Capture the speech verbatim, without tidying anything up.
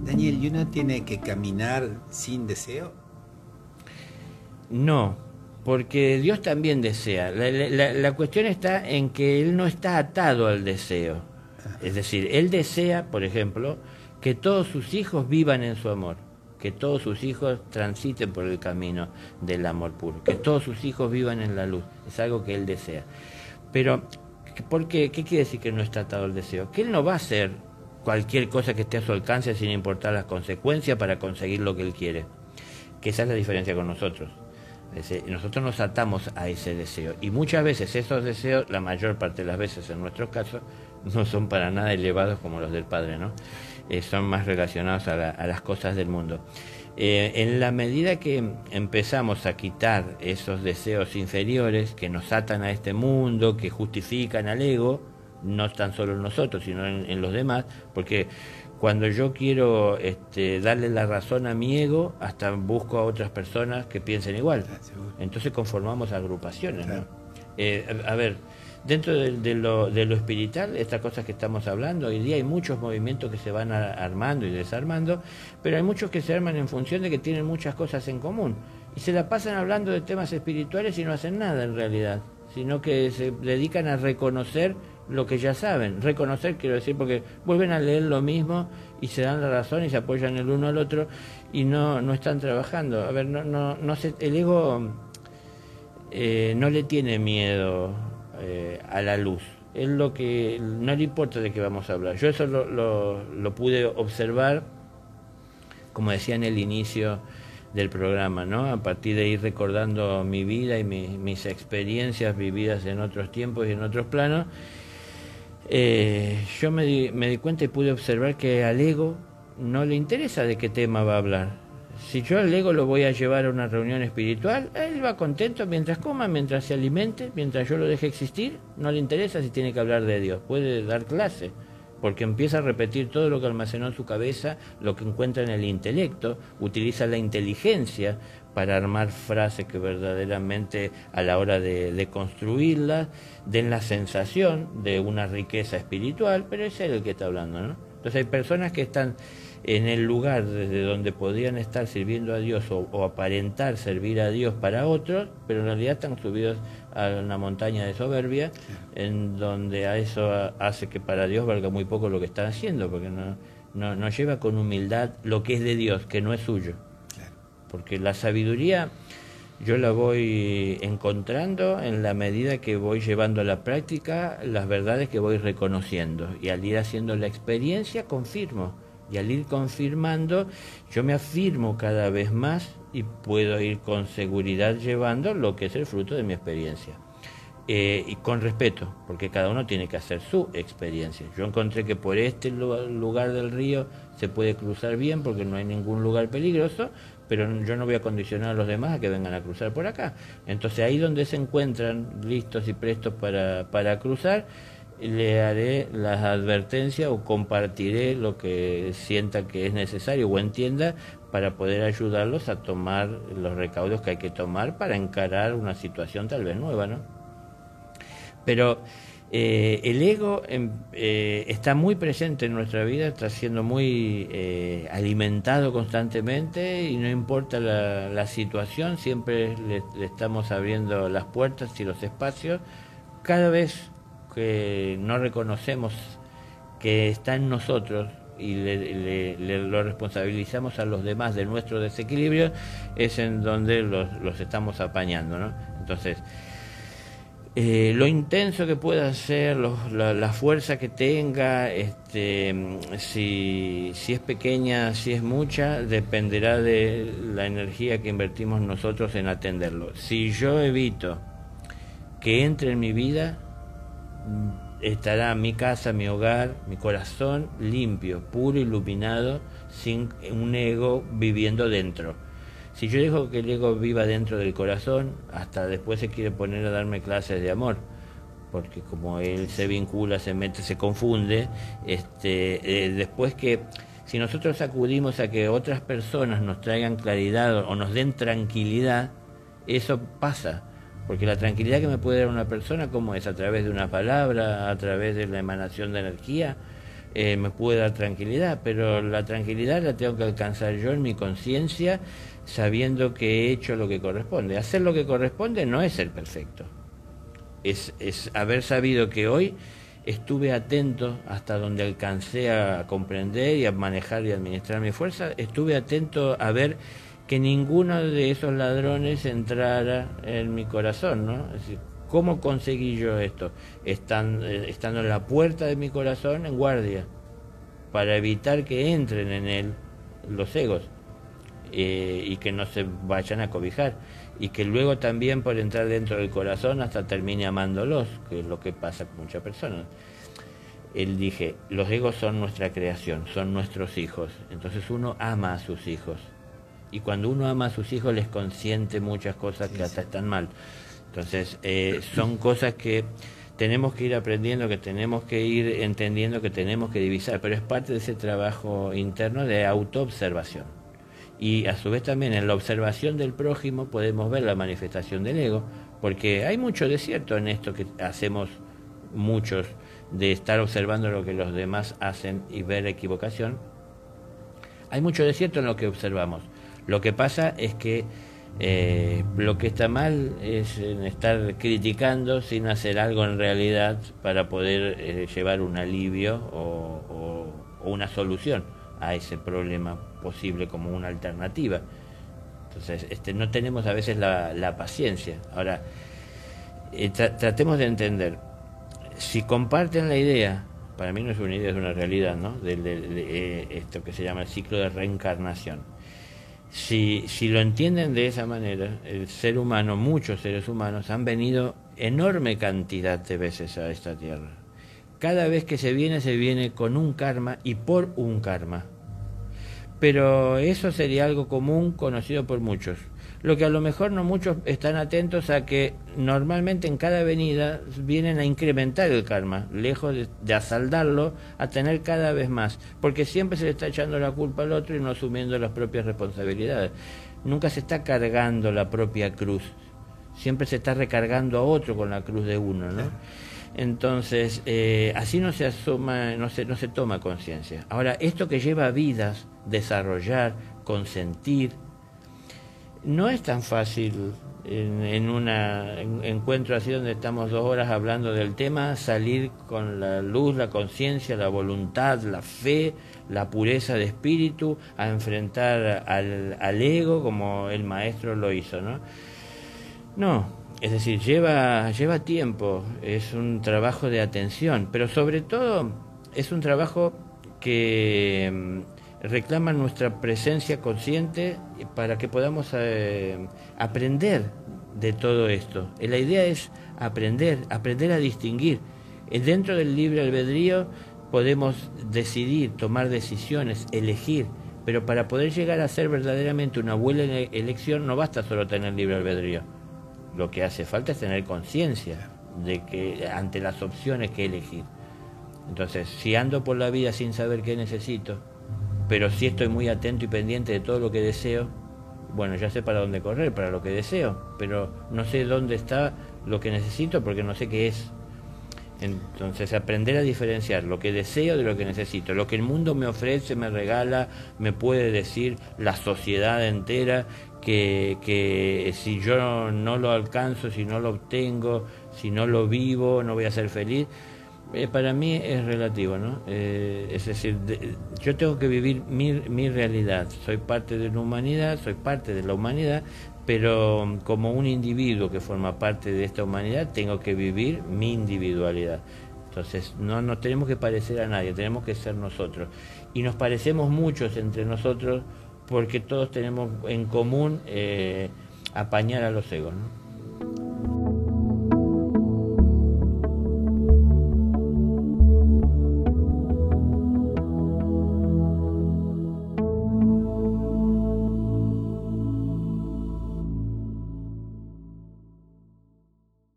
Daniel, ¿y uno tiene que caminar sin deseo? No, porque Dios también desea. La, la, la cuestión está en que Él no está atado al deseo. Es decir, Él desea, por ejemplo, que todos sus hijos vivan en su amor, que todos sus hijos transiten por el camino del amor puro, que todos sus hijos vivan en la luz. Es algo que Él desea. Pero, ¿por qué? ¿Qué quiere decir que no está atado al deseo? Que Él no va a hacer cualquier cosa que esté a su alcance sin importar las consecuencias para conseguir lo que Él quiere. Que esa es la diferencia con nosotros. Nosotros nos atamos a ese deseo y muchas veces esos deseos, la mayor parte de las veces en nuestros casos, no son para nada elevados como los del Padre, ¿no? Eh, son más relacionados a, la, a las cosas del mundo. Eh, en la medida que empezamos a quitar esos deseos inferiores que nos atan a este mundo, que justifican al ego, no tan solo en nosotros, sino en, en los demás, porque cuando yo quiero este, darle la razón a mi ego, hasta busco a otras personas que piensen igual. Entonces conformamos agrupaciones, ¿no? Eh, a, a ver, dentro de, de, lo, de lo espiritual, estas cosas que estamos hablando, hoy día hay muchos movimientos que se van a, armando y desarmando, pero hay muchos que se arman en función de que tienen muchas cosas en común. Y se la pasan hablando de temas espirituales y no hacen nada en realidad, sino que se dedican a reconocer lo que ya saben. Reconocer, quiero decir, porque vuelven a leer lo mismo y se dan la razón y se apoyan el uno al otro y no, no están trabajando. A ver, no, no, no sé, el ego eh, no le tiene miedo eh, a la luz. Es lo que no le importa de qué vamos a hablar. Yo eso lo, lo, lo pude observar, como decía en el inicio del programa, ¿no? A partir de ir recordando mi vida y mi, mis experiencias vividas en otros tiempos y en otros planos. Eh, yo me di, me di cuenta y pude observar que al ego no le interesa de qué tema va a hablar. Si yo al ego lo voy a llevar a una reunión espiritual, él va contento mientras coma, mientras se alimente, mientras yo lo deje existir. No le interesa si tiene que hablar de Dios, puede dar clase, porque empieza a repetir todo lo que almacenó en su cabeza, lo que encuentra en el intelecto, utiliza la inteligencia para armar frases que verdaderamente a la hora de, de construirlas den la sensación de una riqueza espiritual, pero es él el que está hablando, ¿no? Entonces hay personas que están en el lugar desde donde podrían estar sirviendo a Dios o, o aparentar servir a Dios para otros, pero en realidad están subidos a una montaña de soberbia, en donde a eso hace que para Dios valga muy poco lo que están haciendo, porque no, no, no lleva con humildad lo que es de Dios, que no es suyo. Porque la sabiduría yo la voy encontrando en la medida que voy llevando a la práctica las verdades que voy reconociendo, y al ir haciendo la experiencia confirmo, y al ir confirmando yo me afirmo cada vez más y puedo ir con seguridad llevando lo que es el fruto de mi experiencia. Eh, y con respeto, porque cada uno tiene que hacer su experiencia. Yo encontré que por este lugar del río se puede cruzar bien porque no hay ningún lugar peligroso, pero yo no voy a condicionar a los demás a que vengan a cruzar por acá. Entonces ahí donde se encuentran listos y prestos para, para cruzar, le haré las advertencias o compartiré lo que sienta que es necesario o entienda para poder ayudarlos a tomar los recaudos que hay que tomar para encarar una situación tal vez nueva, ¿no? Pero eh, el ego eh, está muy presente en nuestra vida, está siendo muy eh, alimentado constantemente, y no importa la, la situación, siempre le, le estamos abriendo las puertas y los espacios. Cada vez que no reconocemos que está en nosotros y le, le, le lo responsabilizamos a los demás de nuestro desequilibrio, es en donde los, los estamos apañando, ¿no? Entonces, Eh, lo intenso que pueda ser, los, la, la fuerza que tenga, este, si, si es pequeña, si es mucha, dependerá de la energía que invertimos nosotros en atenderlo. Si yo evito que entre en mi vida, estará mi casa, mi hogar, mi corazón limpio, puro, iluminado, sin un ego viviendo dentro. Si yo dejo que el ego viva dentro del corazón, hasta después se quiere poner a darme clases de amor, porque como él se vincula, se mete, se confunde, este, eh, después que si nosotros acudimos a que otras personas nos traigan claridad o nos den tranquilidad, eso pasa, porque la tranquilidad que me puede dar una persona, ¿cómo es? A través de una palabra, a través de la emanación de energía. eh, me puede dar tranquilidad, pero la tranquilidad la tengo que alcanzar yo en mi conciencia, sabiendo que he hecho lo que corresponde. Hacer lo que corresponde no es ser perfecto, es, es haber sabido que hoy estuve atento hasta donde alcancé a comprender y a manejar y administrar mi fuerza, estuve atento a ver que ninguno de esos ladrones entrara en mi corazón, ¿no? Es decir, ¿cómo conseguí yo esto? Están, eh, estando en la puerta de mi corazón en guardia, para evitar que entren en él los egos eh, y que no se vayan a cobijar, y que luego también por entrar dentro del corazón hasta termine amándolos, que es lo que pasa con muchas personas. Él dije, los egos son nuestra creación, son nuestros hijos, entonces uno ama a sus hijos, y cuando uno ama a sus hijos les consiente muchas cosas que hasta están mal. Entonces eh, son cosas que tenemos que ir aprendiendo, que tenemos que ir entendiendo, que tenemos que divisar, pero es parte de ese trabajo interno de autoobservación. Y a su vez también en la observación del prójimo podemos ver la manifestación del ego, porque hay mucho de cierto en esto que hacemos muchos, de estar observando lo que los demás hacen y ver equivocación. Hay mucho de cierto en lo que observamos. Lo que pasa es que eh, lo que está mal es en estar criticando sin hacer algo en realidad para poder eh, llevar un alivio o, o, o una solución a ese problema posible como una alternativa. Entonces este, no tenemos a veces la, la paciencia. Ahora, eh, tra tratemos de entender, si comparten la idea, para mí no es una idea, es una realidad, ¿no? De, de, de, de esto que se llama el ciclo de reencarnación. Si, si lo entienden de esa manera, el ser humano, muchos seres humanos, han venido enorme cantidad de veces a esta tierra. Cada vez que se viene, se viene con un karma y por un karma. Pero eso sería algo común, conocido por muchos. Lo que a lo mejor no muchos están atentos a que normalmente en cada venida vienen a incrementar el karma, lejos de, de asaldarlo, a tener cada vez más, porque siempre se le está echando la culpa al otro y no asumiendo las propias responsabilidades. Nunca se está cargando la propia cruz, siempre se está recargando a otro con la cruz de uno, ¿no? Entonces, eh, así no se asuma, no se, no se toma conciencia. Ahora, esto que lleva vidas, desarrollar, consentir, no es tan fácil en, en un encuentro así donde estamos dos horas hablando del tema, salir con la luz, la conciencia, la voluntad, la fe, la pureza de espíritu, a enfrentar al, al ego como el maestro lo hizo, ¿no? No, es decir, lleva, lleva tiempo, es un trabajo de atención, pero sobre todo es un trabajo que reclama nuestra presencia consciente para que podamos eh, aprender de todo esto. La idea es aprender, aprender a distinguir. Dentro del libre albedrío podemos decidir, tomar decisiones, elegir, pero para poder llegar a ser verdaderamente una buena elección no basta solo tener libre albedrío. Lo que hace falta es tener conciencia de que ante las opciones que elegir. Entonces, si ando por la vida sin saber qué necesito, pero sí estoy muy atento y pendiente de todo lo que deseo, bueno, ya sé para dónde correr, para lo que deseo, pero no sé dónde está lo que necesito porque no sé qué es. Entonces, aprender a diferenciar lo que deseo de lo que necesito, lo que el mundo me ofrece, me regala, me puede decir la sociedad entera, que, que si yo no lo alcanzo, si no lo obtengo, si no lo vivo, no voy a ser feliz. Eh, para mí es relativo, ¿no? Eh, es decir, de, yo tengo que vivir mi, mi realidad. Soy parte de la humanidad, soy parte de la humanidad, pero como un individuo que forma parte de esta humanidad, tengo que vivir mi individualidad. Entonces, no nos tenemos que parecer a nadie, tenemos que ser nosotros. Y nos parecemos muchos entre nosotros porque todos tenemos en común eh, apañar a los egos, ¿no?